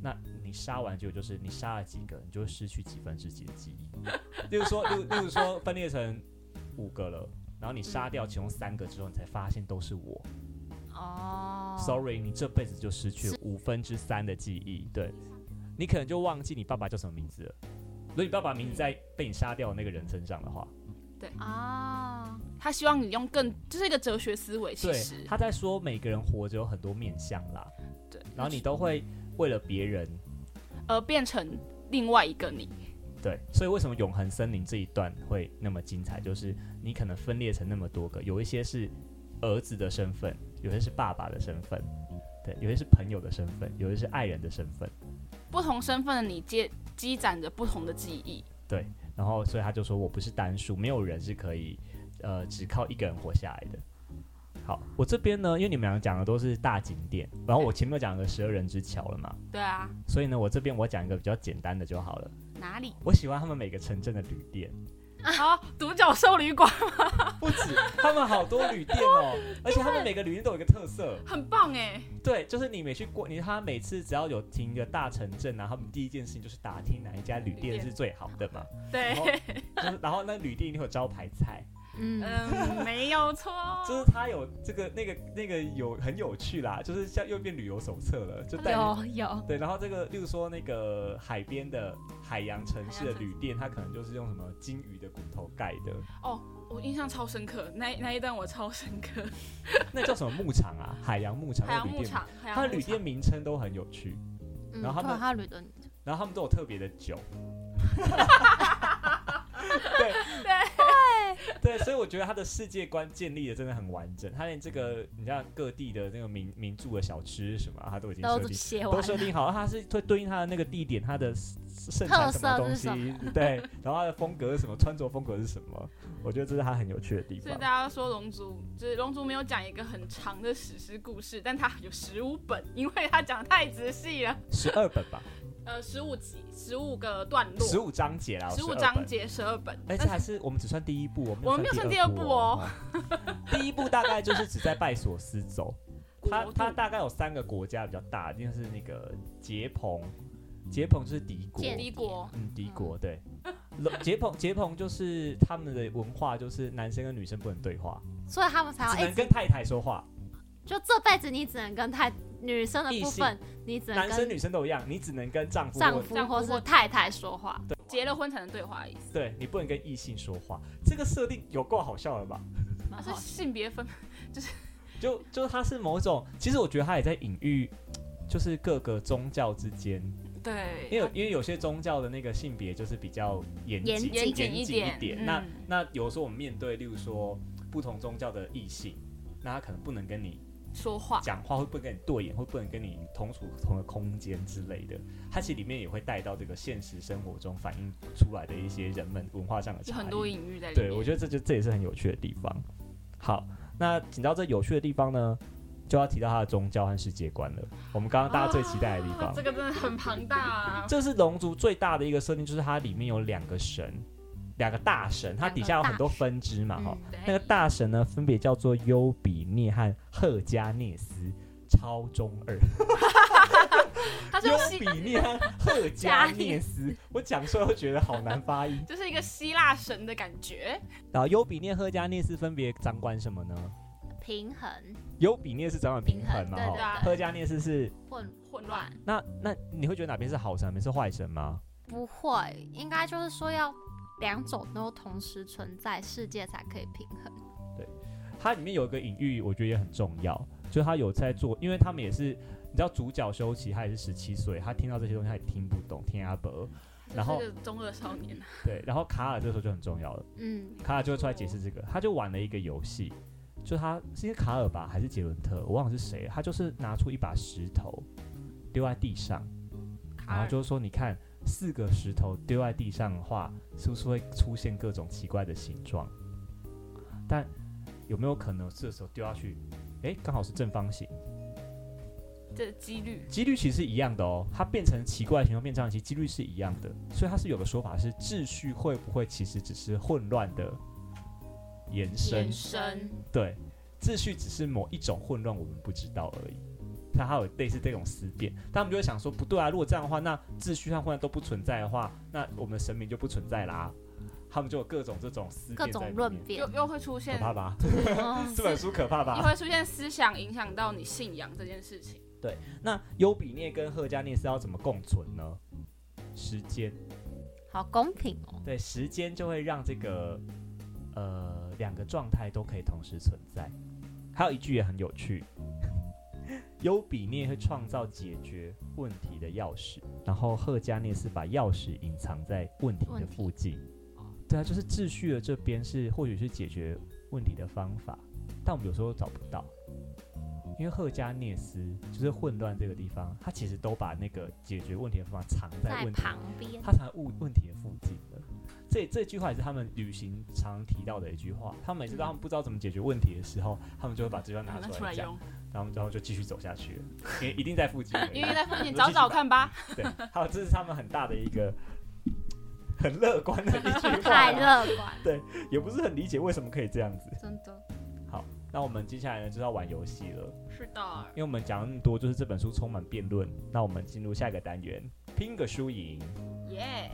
你杀完结果就是你杀了几个，你就会失去几分之几的记忆。例如说分裂成5个了，然后你杀掉其中3个之后，你才发现都是我。Sorry， 你这辈子就失去了3/5的记忆。对，你可能就忘记你爸爸叫什么名字了。如果你爸爸名字在被你杀掉的那个人身上的话， 对他希望你用就是一个哲学思维。其实他在说每个人活着有很多面向啦。 对， 然后你都会为了别人而变成另外一个你。 对，所以为什么永恒森林这一段会那么精彩？就是你可能分裂成那么多个，有一些是儿子的身份，有些是爸爸的身份，对，有些是朋友的身份，有些是爱人的身份。 不同身份的你积攒着不同的记忆。 对，然后所以他就说我不是单数，没有人是可以只靠一个人活下来的。好，我这边呢，因为你们两个讲的都是大景点，然后我前面有讲了12人之桥了嘛， 对啊， 所以呢，我这边我讲一个比较简单的就好了。 哪里？ 我喜欢他们每个城镇的旅店。 独角兽旅馆不止，他们好多旅店哦，而且他们每个旅店都有一个特色， 很棒哎。 对，就是你每去过，他每次只要有停一个大城镇啊，他们第一件事情就是打听哪一家旅店是最好的嘛。 对， 然后那旅店一定有招牌菜。 没有错， 就是它有这个那个有很有趣啦，就是像又变旅游手册了，就带有对，然后这个例如说那个海边的海洋城市的旅店，它可能就是用什么金鱼的骨头盖的。 我印象超深刻，那一段我超深刻。 那叫什么牧场啊？海洋牧场。 海洋牧场， 它的旅店名称都很有趣，然后他们都有特别的酒。对，所以我觉得他的世界观建立的真的很完整。他连这个你像各地的那个名著的小吃什么，他都已经设定好，他是会对应他的那个地点，他的盛产什么东西，对，然后他的风格是什么，穿着风格是什么，我觉得这是他很有趣的地方。 所以大家说龙族，就是龙族没有讲一个很长的史诗故事，但他有15本，因为他讲太仔细了。 12本吧。 15集，15个段落 ，15章节啦 ，15章节，12本。 这还是我们只算第一部， 我们没有算第2部哦。 第一部大概就是只在拜索斯走，它大概有3个国家比较大，就是那个杰蓬就是敌国，敌国对。杰蓬就是他们的文化，就是男生跟女生不能对话， 所以他们才要只能跟太太说话。 就这辈子你只能跟女生的部分，你只能跟男生女生都一样，你只能跟丈夫或是太太说话。 对， 结了婚才能对话的意思。 对，你不能跟异性说话，这个设定有够好笑了吧？ 是性别分， 就是它是某种，其实我觉得它也在隐喻，就是各个宗教之间。 对， 因为有些宗教的那个性别就是比较严谨一点。那有时候我们面对，例如说不同宗教的异性，那他可能不能跟你说话、 讲话，会不会跟你对眼，会不能跟你同处同的空间之类的。它其实里面也会带到这个现实生活中反映出来的一些人们文化上的差异， 有很多隐喻在里面。 对，我觉得这也是很有趣的地方。好，那讲到这有趣的地方呢，就要提到它的宗教和世界观了。我们刚刚大家最期待的地方， 这个真的很庞大啊！ 这是龙族最大的一个设定，就是它里面有2个大神，它底下有很多分支嘛，那个大神呢，分别叫做优比涅和赫加涅斯，超中二。优比涅和赫加涅斯，我讲出来都觉得好难发音， 就是一个希腊神的感觉。 然后优比涅、赫加涅斯分别掌管什么呢？ 平衡。 优比涅是掌管平衡嘛，赫加涅斯是混乱。 那你会觉得哪边是好神，哪边是坏神吗？ 不会，应该就是说要2种都同时存在，世界才可以平衡。 对，它里面有一个隐喻，我觉得也很重要，就是他有在做，因为他们也是，你知道主角修齐他也是17岁，他听到这些东西他也听不懂，听阿伯。然后是中二少年。 对，然后卡尔这时候就很重要了，卡尔就会出来解释这个，他就玩了一个游戏，就他是因为卡尔吧，还是杰伦特，我忘了是谁，他就是拿出一把石头丢在地上，然后就是说你看4个石头丢在地上的话，是不是会出现各种奇怪的形状？但有没有可能这时候丢下去，刚好是正方形？ 这几率其实是一样的哦，它变成奇怪的形状变正方形，几率是一样的。所以它是有个说法是，秩序会不会其实只是混乱的延伸？ 对， 秩序只是某一种混乱，我们不知道而已。 它有类似这种思辨，但他们就会想说，不对啊，如果这样的话，那秩序和混乱都不存在的话，那我们的神明就不存在啦。他们就有各种这种思辨， 各种论辩， 又会出现， 可怕吧？这本书可怕吧？ 也会出现思想影响到你信仰这件事情。 对，那优比涅跟赫加涅斯要怎么共存呢？时间， 好公平哦。 对，时间就会让这个两个状态都可以同时存在。还有一句也很有趣，优比涅会创造解决问题的钥匙，然后赫加涅斯把钥匙隐藏在问题的附近。对啊，就是秩序的这边是或许是解决问题的方法，但我们有时候找不到，因为赫加涅斯就是混乱这个地方，他其实都把那个解决问题的方法藏在问题旁边， 他藏在问题的附近了。这句话也是他们旅行常提到的一句话。他们每次当他们不知道怎么解决问题的时候，他们就会把这句话拿出来讲，然后就继续走下去了，因为一定在附近， 因为在附近找找看吧。 对，还有这是他们很大的一个。很乐观的一句话， 太乐观， 对，也不是很理解为什么可以这样子。 真的。 好，那我们接下来呢就要玩游戏了。 是的， 因为我们讲那么多，就是这本书充满辩论。那我们进入下一个单元，拼个输赢。 耶！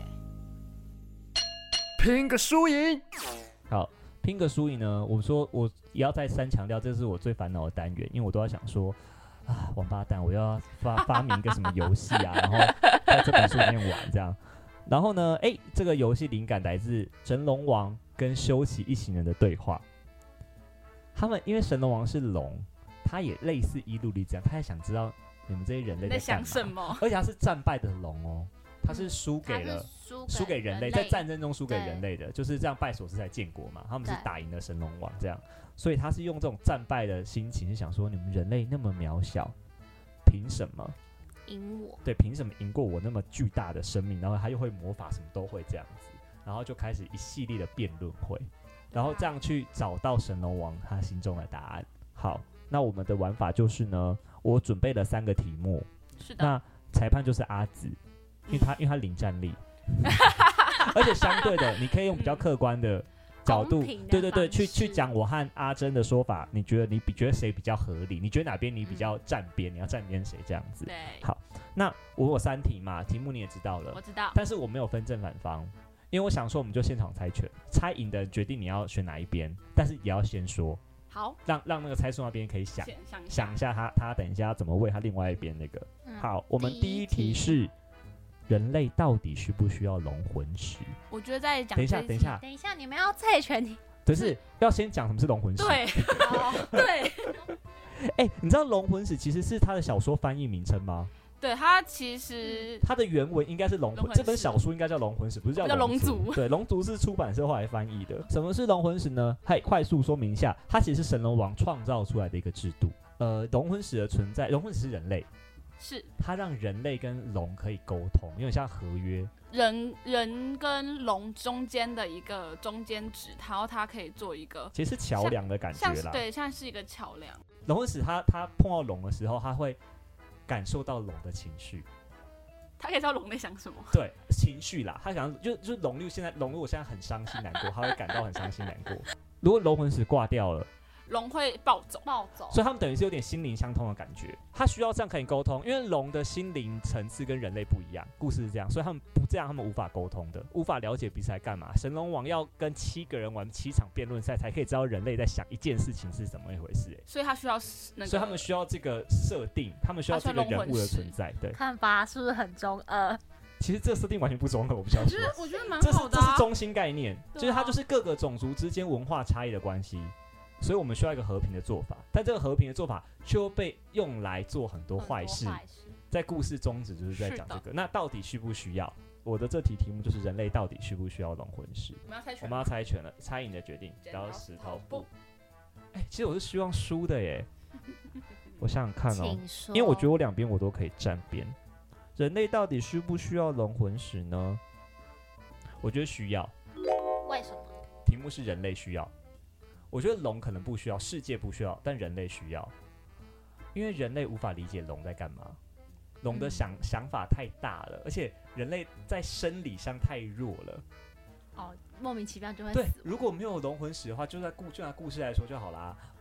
拼个输赢。 好，拼个输赢呢，我说我也要再三强调，这是我最烦恼的单元，因为我都要想说。啊，王八蛋！我要发明一个什么游戏啊，然后在这本书里面玩这样。然后呢，这个游戏灵感来自神龙王跟修齐一行人的对话。他们因为神龙王是龙，他也类似伊路利这样，他也想知道你们这些人类在想什么， 而且他是战败的龙哦，他是输给人类，在战争中输给人类的，就是这样拜索斯才建国嘛，他们是打赢了神龙王这样，所以他是用这种战败的心情，是想说你们人类那么渺小，凭什么？ 赢我？ 对，凭什么赢过我那么巨大的生命？然后他又会魔法，什么都会这样子，然后就开始一系列的辩论会，然后这样去找到神龙王他心中的答案。好，那我们的玩法就是呢，我准备了3个题目， 是的， 那裁判就是阿紫，因为他零战力，而且相对的，你可以用比较客观的角度，对，去讲我和阿珍的说法，你觉得谁比较合理？你觉得哪边你比较站边？你要站边谁这样子？ 对， 好，那我有3题嘛，题目你也知道了， 我知道， 但是我没有分正反方，因为我想说我们就现场猜拳，猜赢的决定你要选哪一边，但是也要先说， 好， 让那个猜输那边可以想一下他等一下怎么为他另外一边那个。好，我们第一题是。人类到底需不需要龙魂石？ 我觉得在讲等一下， 你们要猜拳题， 不是要先讲什么是龙魂石？ 对，对。 你知道龙魂石其实是他的小说翻译名称吗？ 对，他其实他的原文应该是龙魂，这本小说应该叫龙魂石，不是叫龙族。对，龙族是出版社后来翻译的。什么是龙魂石呢？快速说明一下，它其实是神龙王创造出来的一个制度。龙魂石的存在，龙魂石是人类。 是它让人类跟龙可以沟通，有点像合约。 人跟龙中间的一个中间值，然后它可以做一个， 其实是桥梁的感觉啦。 对，像是一个桥梁。 龙魂石他碰到龙的时候，他会感受到龙的情绪。 他可以知道龙在想什么。 对，情绪啦，他想就是龙如果现在很伤心难过，他会感到很伤心难过。如果龙魂石挂掉了。 龙会暴走， 所以他们等于是有点心灵相通的感觉。他需要这样可以沟通，因为龙的心灵层次跟人类不一样。故事是这样，所以他们不这样，他们无法沟通的，无法了解彼此在干嘛。神龙王要跟7个人玩7场辩论赛，才可以知道人类在想一件事情是怎么一回事。 所以他需要所以他们需要这个设定，他们需要这个人物的存在。对， 看法是不是很中二？ 其实这个设定完全不中二，我不晓得。 我觉得蛮好的。 这是中心概念，就是它就是各个种族之间文化差异的关系。所以我们需要一个和平的做法，但这个和平的做法却被用来做很多坏事。在故事宗旨就是在讲这个。那到底需不需要？我的这题目就是人类到底需不需要龙魂石？我们要猜拳了，猜赢的决定，剪刀石头布。其实我是希望输的耶。我想想看哦，因为我觉得我两边我都可以站边。人类到底需不需要龙魂石呢？我觉得需要。 为什么？ 题目是人类需要。我觉得龙可能不需要，世界不需要，但人类需要，因为人类无法理解龙在干嘛，龙的想法太大了，而且人类在生理上太弱了。 莫名其妙就会死。 对，如果没有龙魂石的话，就拿故事来说就好啦。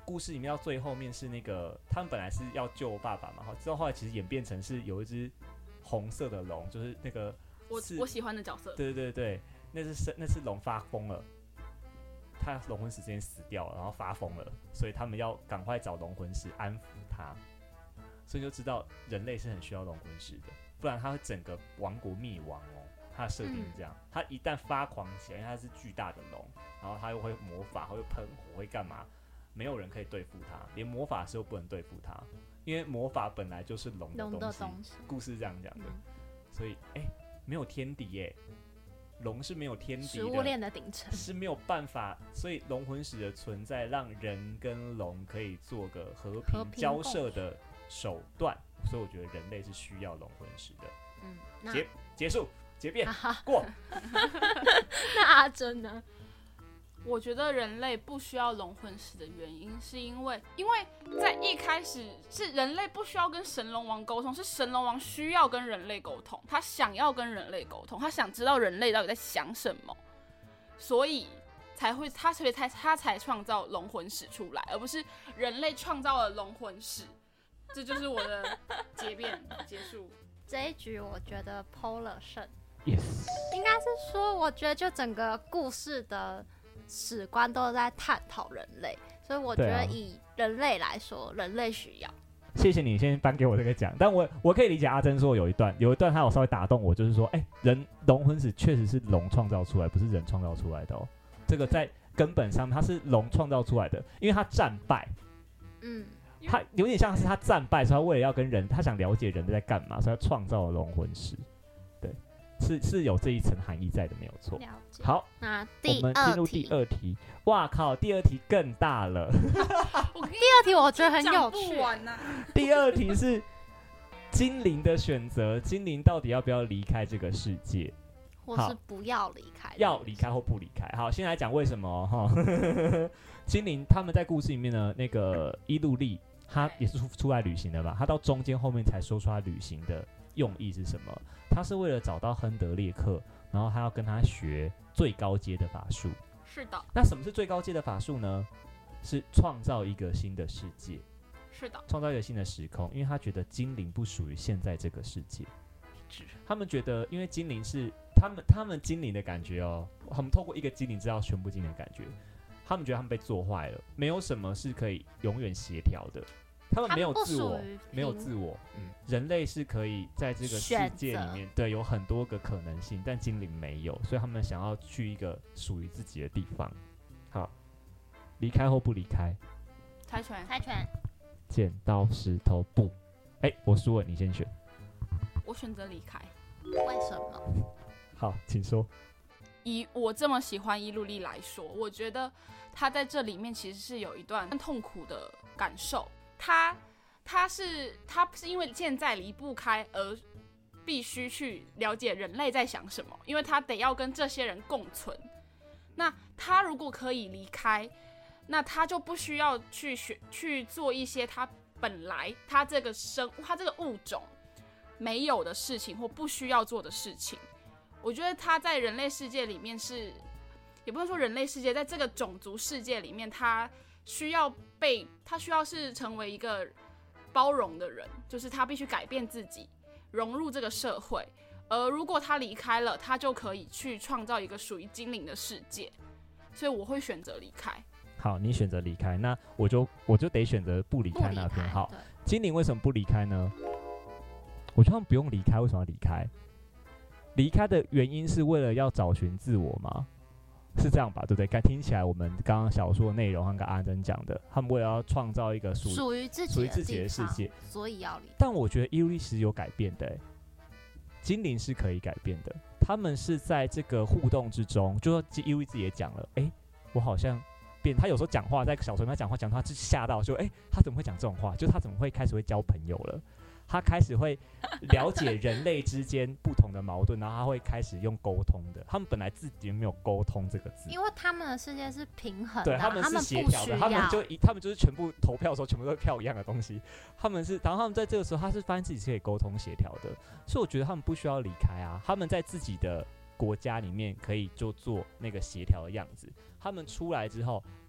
故事里面到最后面是那个他们本来是要救爸爸嘛，之后后来其实演变成是有一只红色的龙，就是那个我喜欢的角色。 对对对，那是龙发疯了，他龙魂石之前死掉了，然后发疯了，所以他们要赶快找龙魂石安抚他，所以就知道人类是很需要龙魂石的，不然他会整个王国灭亡哦。他的设定是这样，他一旦发狂起来，因为他是巨大的龙，然后他又会魔法，他会喷火，会干嘛？没有人可以对付他，连魔法师都不能对付他，因为魔法本来就是龙的东西。故事是这样讲的，所以没有天敌耶，龙是没有天敌的， 食物链的顶层是没有办法，所以龙魂石的存在让人跟龙可以做个和平交涉的手段，所以我觉得人类是需要龙魂石的。结束。结辩过。 那阿珍呢？ 我觉得人类不需要龙魂石的原因，是因为在一开始是人类不需要跟神龙王沟通，是神龙王需要跟人类沟通，他想要跟人类沟通，他想知道人类到底在想什么，所以他才创造龙魂石出来，而不是人类创造了龙魂石。这就是我的结辩结束。 这一局我觉得 Polar 胜。 Yes， 应该是说，我觉得就整个故事的史观都在探讨人类，所以我觉得以人类来说，人类需要。 谢谢你先颁给我这个奖，但我可以理解阿珍说有一段他有稍微打动我，就是说，龙魂石确实是龙创造出来，不是人创造出来的哦。这个在根本上它是龙创造出来的，因为他战败，他有点像是他战败，所以他为了要跟人，他想了解人在干嘛，所以他创造了龙魂石。对，是有这一层含义在的，没有错。 了解。 好， 那我们进入第二题。哇靠，第二题更大了。 第二题我觉得很有趣。 第二题是精灵的选择，精灵到底要不要离开这个世界， 或是不要离开？ 要离开或不离开？好，先来讲为什么哈。精灵他们在故事里面呢，那个伊露莉。他也是出来旅行的吧？他到中间后面才说出他旅行的用意是什么？他是为了找到亨德列克，然后他要跟他学最高阶的法术。 是的。 那什么是最高阶的法术呢？是创造一个新的世界。 是的。 创造一个新的时空，因为他觉得精灵不属于现在这个世界。他们觉得，因为精灵是他们精灵的感觉哦，他们透过一个精灵知道全部精灵的感觉。他们觉得他们被做坏了，没有什么是可以永远协调的。他们没有自我，没有自我。人类是可以在这个世界里面，对，有很多个可能性，但精灵没有，所以他们想要去一个属于自己的地方。好，离开或不离开？ 猜拳。 剪刀石头布。我输了，你先选。 我选择离开。 为什么？ 好，请说。 以我这么喜欢伊露莉来说，我觉得他在这里面其实是有一段痛苦的感受。他是因为现在离不开而必须去了解人类在想什么，因为他得要跟这些人共存。那他如果可以离开，那他就不需要去做一些他本来他这个物种没有的事情或不需要做的事情。我觉得他在人类世界里面也不能说人类世界，在这个种族世界里面，他需要是成为一个包容的人，就是他必须改变自己，融入这个社会。而如果他离开了，他就可以去创造一个属于精灵的世界。所以我会选择离开。 好，你选择离开，那我就得选择不离开那边。好，精灵为什么不离开呢？我觉得他们不用离开，为什么要离开？离开的原因是为了要找寻自我吗？是这样吧，对不对？听起来我们刚刚小说的内容和跟阿珍讲的，他们为了要创造一个属于自己的世界， 所以要离开。 但我觉得伊露莉是有改变的，精灵是可以改变的。他们是在这个互动之中，就说伊露莉自己也讲了，我好像变。他有时候讲话，在小说里面讲话，他就吓到，说，他怎么会讲这种话？就他怎么会开始会交朋友了？他开始会了解人类之间不同的矛盾，然后他会开始用沟通的。他们本来自己没有沟通这个字， 因为他们的世界是平衡的， 对，他们是协调的，他们就是全部投票的时候全部都会票一样的东西。然后他们在这个时候，他是发现自己是可以沟通协调的，所以我觉得他们不需要离开啊。他们在自己的国家里面可以就做那个协调的样子。他们出来之后，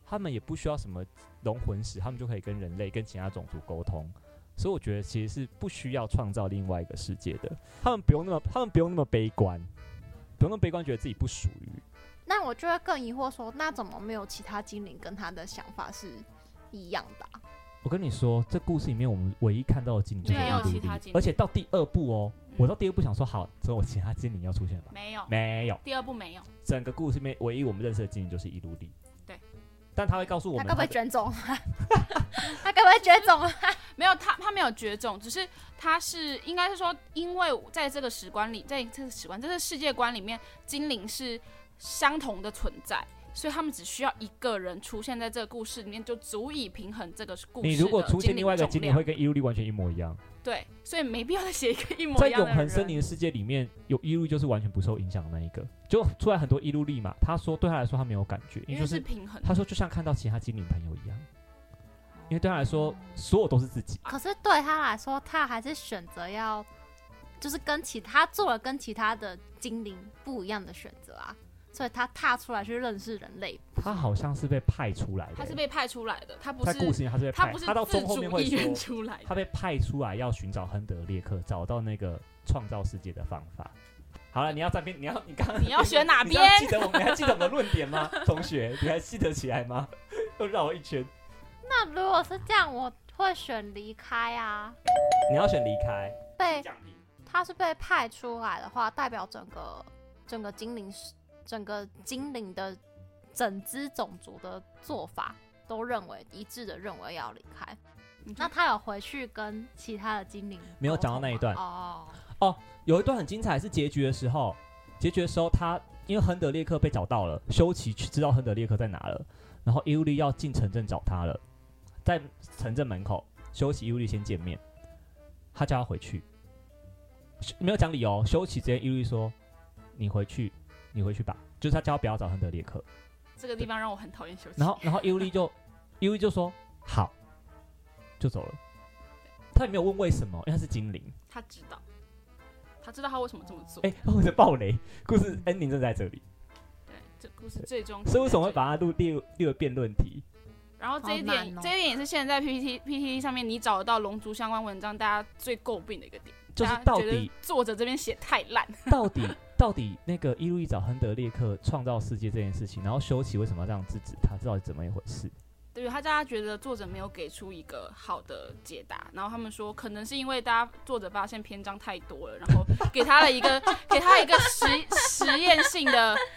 他们也不需要什么龙魂石，他们就可以跟人类、跟其他种族沟通。所以我觉得其实是不需要创造另外一个世界的，他们不用那么悲观，不用那么悲观，觉得自己不属于。 那我就会更疑惑说，那怎么没有其他精灵跟他的想法是一样的啊？ 我跟你说，这故事里面我们唯一看到的精灵就是没有伊卢利， 其他精灵， 而且到第2部哦，我到第2部想说好，之后其他精灵要出现吧？没有， 第2部没有。 整个故事里面唯一我们认识的精灵就是伊卢利。 对， 但他会告诉我们， 他该不会绝种？他该不会绝种？ 没有，他没有绝种，只是他是应该是说，因为在这个史观里，在这个世界观里面，精灵是相同的存在。所以他们只需要一个人出现在这个故事里面，就足以平衡这个故事的精灵重量。 你如果出现另外一个精灵，会跟伊卢利完全一模一样。 对，所以没必要再写一个一模在一样的人。 永恒森林的世界里面，有伊卢利就是完全不受影响的那一个，就出来很多伊卢利嘛。他说对他来说他没有感觉， 因为是平衡。 他说就像看到其他精灵朋友一样，因为对他来说所有都是自己。 可是对他来说，他还是选择要，就是他做了跟其他的精灵不一样的选择啊。所以他踏出来去认识人类。 他好像是被派出来的。 他是被派出来的，他不是在故事里他是被派，他到中后面会说， 他被派出来要寻找亨德列克，找到那个创造世界的方法。好了，你要站边，你要选哪边？你还记得我们的论点吗，同学？你还记得起来吗？又绕我一圈。 那如果是这样，我会选离开啊。 你要选离开。 他是被派出来的话，代表整个精灵。整个精灵的整只种族的做法都一致的认为要离开。那他有回去跟其他的精灵没有讲到那一段哦，有一段很精彩，是结局的时候，他因为亨德列克被找到了，修齐知道亨德列克在哪了，然后伊卢利要进城镇找他了，在城镇门口，修齐伊卢利先见面，他叫他回去，没有讲理由，修齐直接伊卢利说你回去吧，就是他叫他不要找亨德列克。 这个地方让我很讨厌修齐。 然后伊卢利就说好，就走了。他也没有问为什么，因为他是精灵。他知道他为什么这么做。 我在爆雷，故事 ending 正在这里。 对，这故事最终。 所以为什么会把它列为辩论题？ 然后这一点也是现在在 PTT 上面你找得到龙族相关文章大家最诟病的一个点， 就是到底作者这边写太烂。 到底那个伊路易找亨德列克创造世界这件事情，然后修齐为什么要这样制止他，这到底怎么一回事？ 对，大家觉得作者没有给出一个好的解答，然后他们说可能是因为作者发现篇章太多了，然后给他一个实验性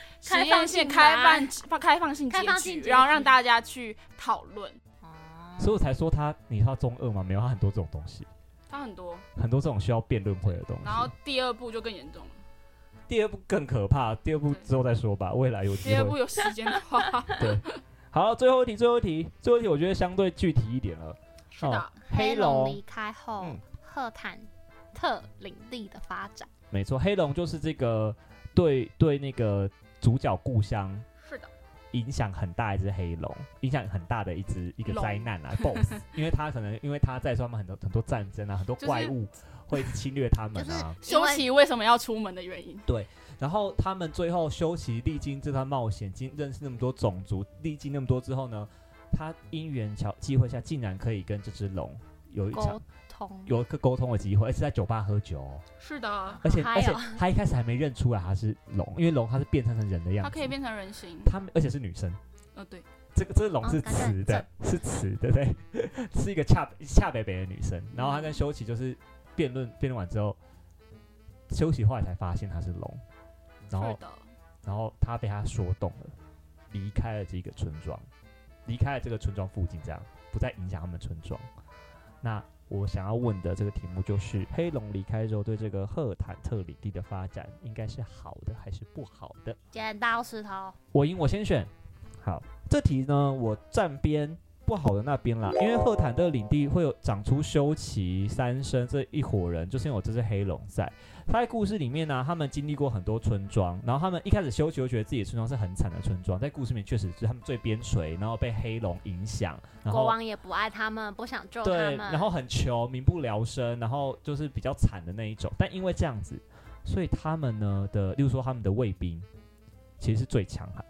开放性结局，然后让大家去讨论。 所以我才说你说他中二吗？没有，他很多这种东西， 他很多这种需要辩论会的东西。 然后第2部就更严重了。 第2部更可怕，第2部之后再说吧，未来有机会。 第2部有时间的话。 对，好，最后一题，我觉得相对具体一点了。 是的，黑龙离开后，赫坦特领地的发展。 没错，黑龙就是这个对那个主角故乡是的影响很大一只黑龙，影响很大的一个灾难啊 ，BOSS， 因为他在说他们很多战争啊，很多怪物。会侵略他们啊！ 修齐为什么要出门的原因？ 对，然后他们最后修齐历经这段冒险，认识那么多种族，历经那么多之后呢，他因缘际会下，竟然可以跟这只龙有一个沟通的机会，而且在酒吧喝酒。 是的， 而且他一开始还没认出来他是龙，因为龙他是变成人的样子， 他可以变成人形， 而且是女生。 对， 这龙是雌的，对不对？是一个恰北北的女生，然后他跟修齐就是辩论完之后，修齐后来才发现他是龙，然后他被他说动了，离开了这个村庄，离开了这个村庄附近，这样不再影响他们村庄。那我想要问的这个题目就是：黑龙离开之后，对这个赫坦特领地的发展应该是好的还是不好的？ 剪刀石头， 我赢，我先选。好，这题呢，我站边不好的那边啦，因为赫坦特领地会有长出修齐、三生这一伙人，就是因为有这只黑龙在。他在故事里面呢，他们经历过很多村庄，然后他们一开始修齐就觉得自己的村庄是很惨的村庄，在故事里面确实是他们最边陲，然后被黑龙影响，然后国王也不爱他们，不想救他们， 对，然后很穷，民不聊生，然后就是比较惨的那一种。但因为这样子，所以他们呢的，例如说他们的卫兵其实是最强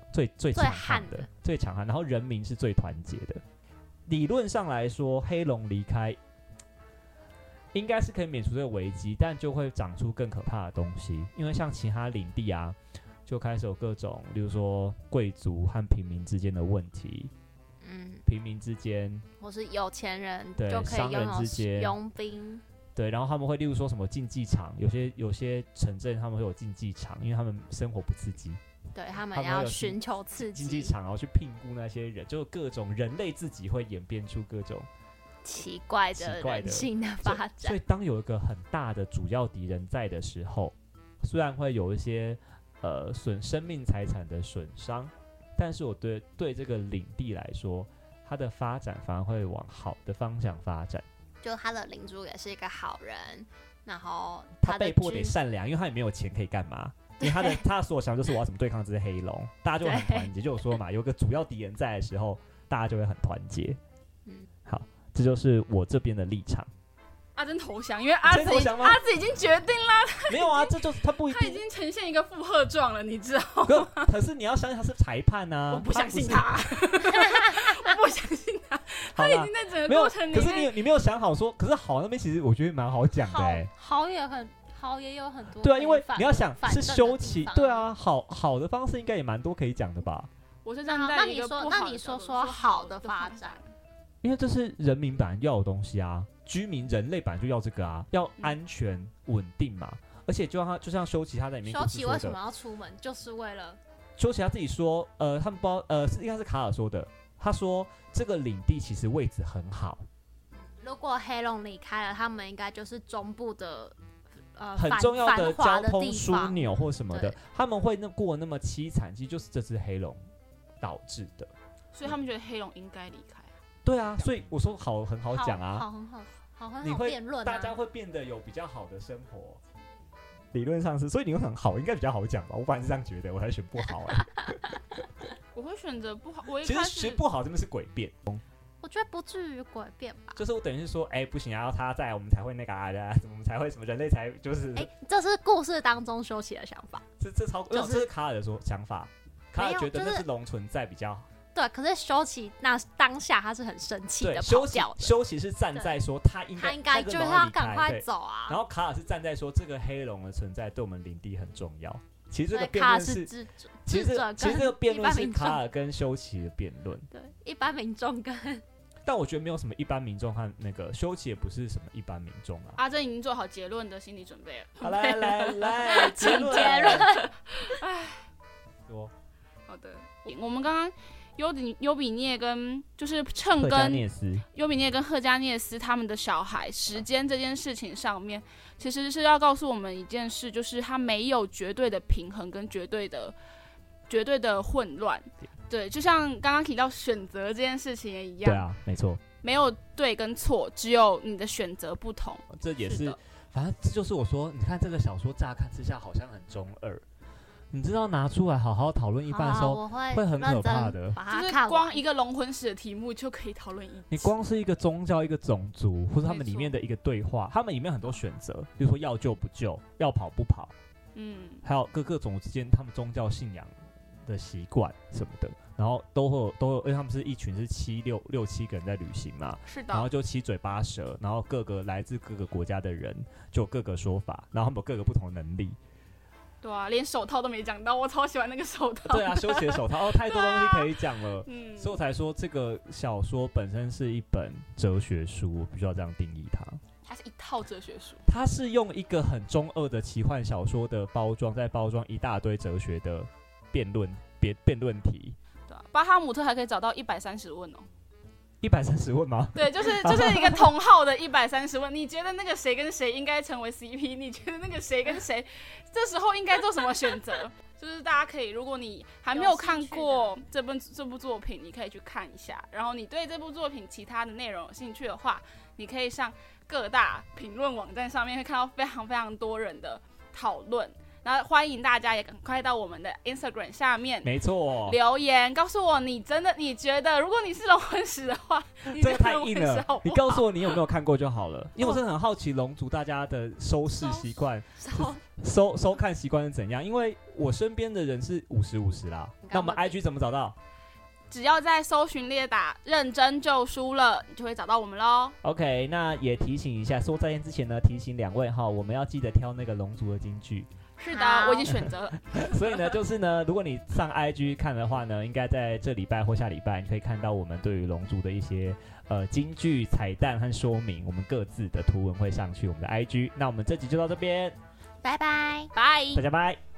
最强悍的，最强悍，然后人民是最团结的。理论上来说，黑龙离开应该是可以免除这个危机，但就会长出更可怕的东西，因为像其他领地啊，就开始有各种，例如说贵族和平民之间的问题。平民之间， 或是有钱人对就可以商人之间佣兵， 对，然后他们会例如说什么竞技场，有些城镇他们会有竞技场，因为他们生活不刺激， 对他们要寻求刺激。 竞技场然后去聘雇那些人，就各种人类自己会演变出各种奇怪的人性的发展。 所以当有一个很大的主要敌人在的时候，虽然会有一些生命财产的损伤，但是我对这个领地来说，它的发展反而会往好的方向发展。 就他的领主也是一个好人，然后他被迫得善良，因为他也没有钱可以干嘛。因为他的所想就是我要怎么对抗这只黑龙，大家就很团结。就有说嘛，有个主要敌人在的时候，大家就会很团结。好，这就是我这边的立场。 阿珍投降，因为阿紫已经决定啦。 没有啊，这就是他不一定， 他已经呈现一个附和状了，你知道吗？可是你要相信他是裁判啊！ 我不相信他，我不相信他。他已经在整个过程里面。 可是你没有想好说，可是好那边其实我觉得蛮好讲的好也有很多。 对啊，因为你要想是修齐，对啊，好的方式应该也蛮多可以讲的吧？ 我是站在一个不好的角度。 那你说好的发展， 因为这是人民本来要的东西啊。居民人类本来就要这个啊，要安全稳定嘛。而且就像修齐他在里面， 修齐为什么要出门，就是为了修齐他自己说，他们不知道，应该是卡尔说的。他说这个领地其实位置很好。 如果黑龙离开了，他们应该就是中部的很重要的交通枢纽或什么的，他们会过那么凄惨，其实就是这只黑龙导致的。 所以他们觉得黑龙应该离开。 对啊，所以我说很好讲啊， 很好辩论啊，大家会变得有比较好的生活。理论上是，所以你会很好，应该比较好讲吧？我本来是这样觉得，我才选不好我会选择不好， 其实选不好真的是诡辩。 我觉得不至于诡辩吧， 就是我等于是说，不行，要他在，我们才会那个我们才会什么人类才就是， 这是故事当中修齐的想法， 这这是卡尔的想法，卡尔觉得那是龙存在比较好。 对，可是修齐那当下他是很生气的， 修齐是站在说他应该就是要赶快走啊， 然后卡尔是站在说这个黑龙的存在对我们领地很重要。其实这个辩论是，其实这个辩论是卡尔跟修齐的辩论。 对，一般民众跟， 但我觉得没有什么一般民众和那个修齐也不是什么一般民众啊。 阿珍已经做好结论的心理准备了。 好，来，结论。 哎， 说好的，我们刚刚。优比涅跟就是趁跟优比涅跟赫加涅斯他们的小孩时间这件事情上面，其实是要告诉我们一件事，就是他没有绝对的平衡跟绝对的混乱。对，就像刚刚提到选择这件事情也一样。 对啊，没错， 没有对跟错，只有你的选择不同。 这也是，反正这就是我说，你看这个小说乍看之下好像很中二。你知道拿出来好好讨论一番的时候，会很可怕的。 就是光一个龙魂史的题目就可以讨论一集。 你光是一个宗教、一个种族，或者他们里面的一个对话，他们里面很多选择，比如说要救不救，要跑不跑，还有各种族之间他们宗教信仰的习惯什么的，然后都有，因为他们是一群是六七个人在旅行嘛， 是的， 然后就七嘴八舌，然后来自各个国家的人就有各个说法，然后他们有各个不同的能力。 对啊，连手套都没讲到，我超喜欢那个手套。 对啊，修齐的手套太多东西可以讲了，所以我才说这个小说本身是一本哲学书，我必须要这样定义它。 它是一套哲学书， 它是用一个很中二的奇幻小说的包装，在包装一大堆哲学的辩论题。 对啊，巴哈姆特还可以找到130问哦。 130问吗？ 对，就是一个同号的130问。你觉得那个谁跟谁应该成为 CP？ 你觉得那个谁跟谁这时候应该做什么选择？就是大家可以，如果你还没有看过这部作品，你可以去看一下。然后你对这部作品其他的内容有兴趣的话，你可以上各大评论网站上面会看到非常非常多人的讨论。 然后欢迎大家也赶快到我们的 Instagram 下面， 没错， 留言告诉我你觉得，如果你是龙魂使的话， 这个太硬了，你告诉我你有没有看过就好了，因为我真的很好奇龙族大家的收视习惯、收看习惯是怎样，因为我身边的人是50-50啦。那我们 IG 怎么找到？ 只要在搜寻列打认真就输了，你就会找到我们咯。 OK， 那也提醒一下，说再见之前呢，提醒2位哈，我们要记得挑那个龙族的金句。 是的，我已经选择了。 所以呢，就是呢，如果你上 IG 看的话呢，应该在这礼拜或下礼拜，你可以看到我们对于龙族的一些金句彩蛋和说明，我们各自的图文会上去我们的 IG。那我们这集就到这边， 拜拜， 拜， 大家拜。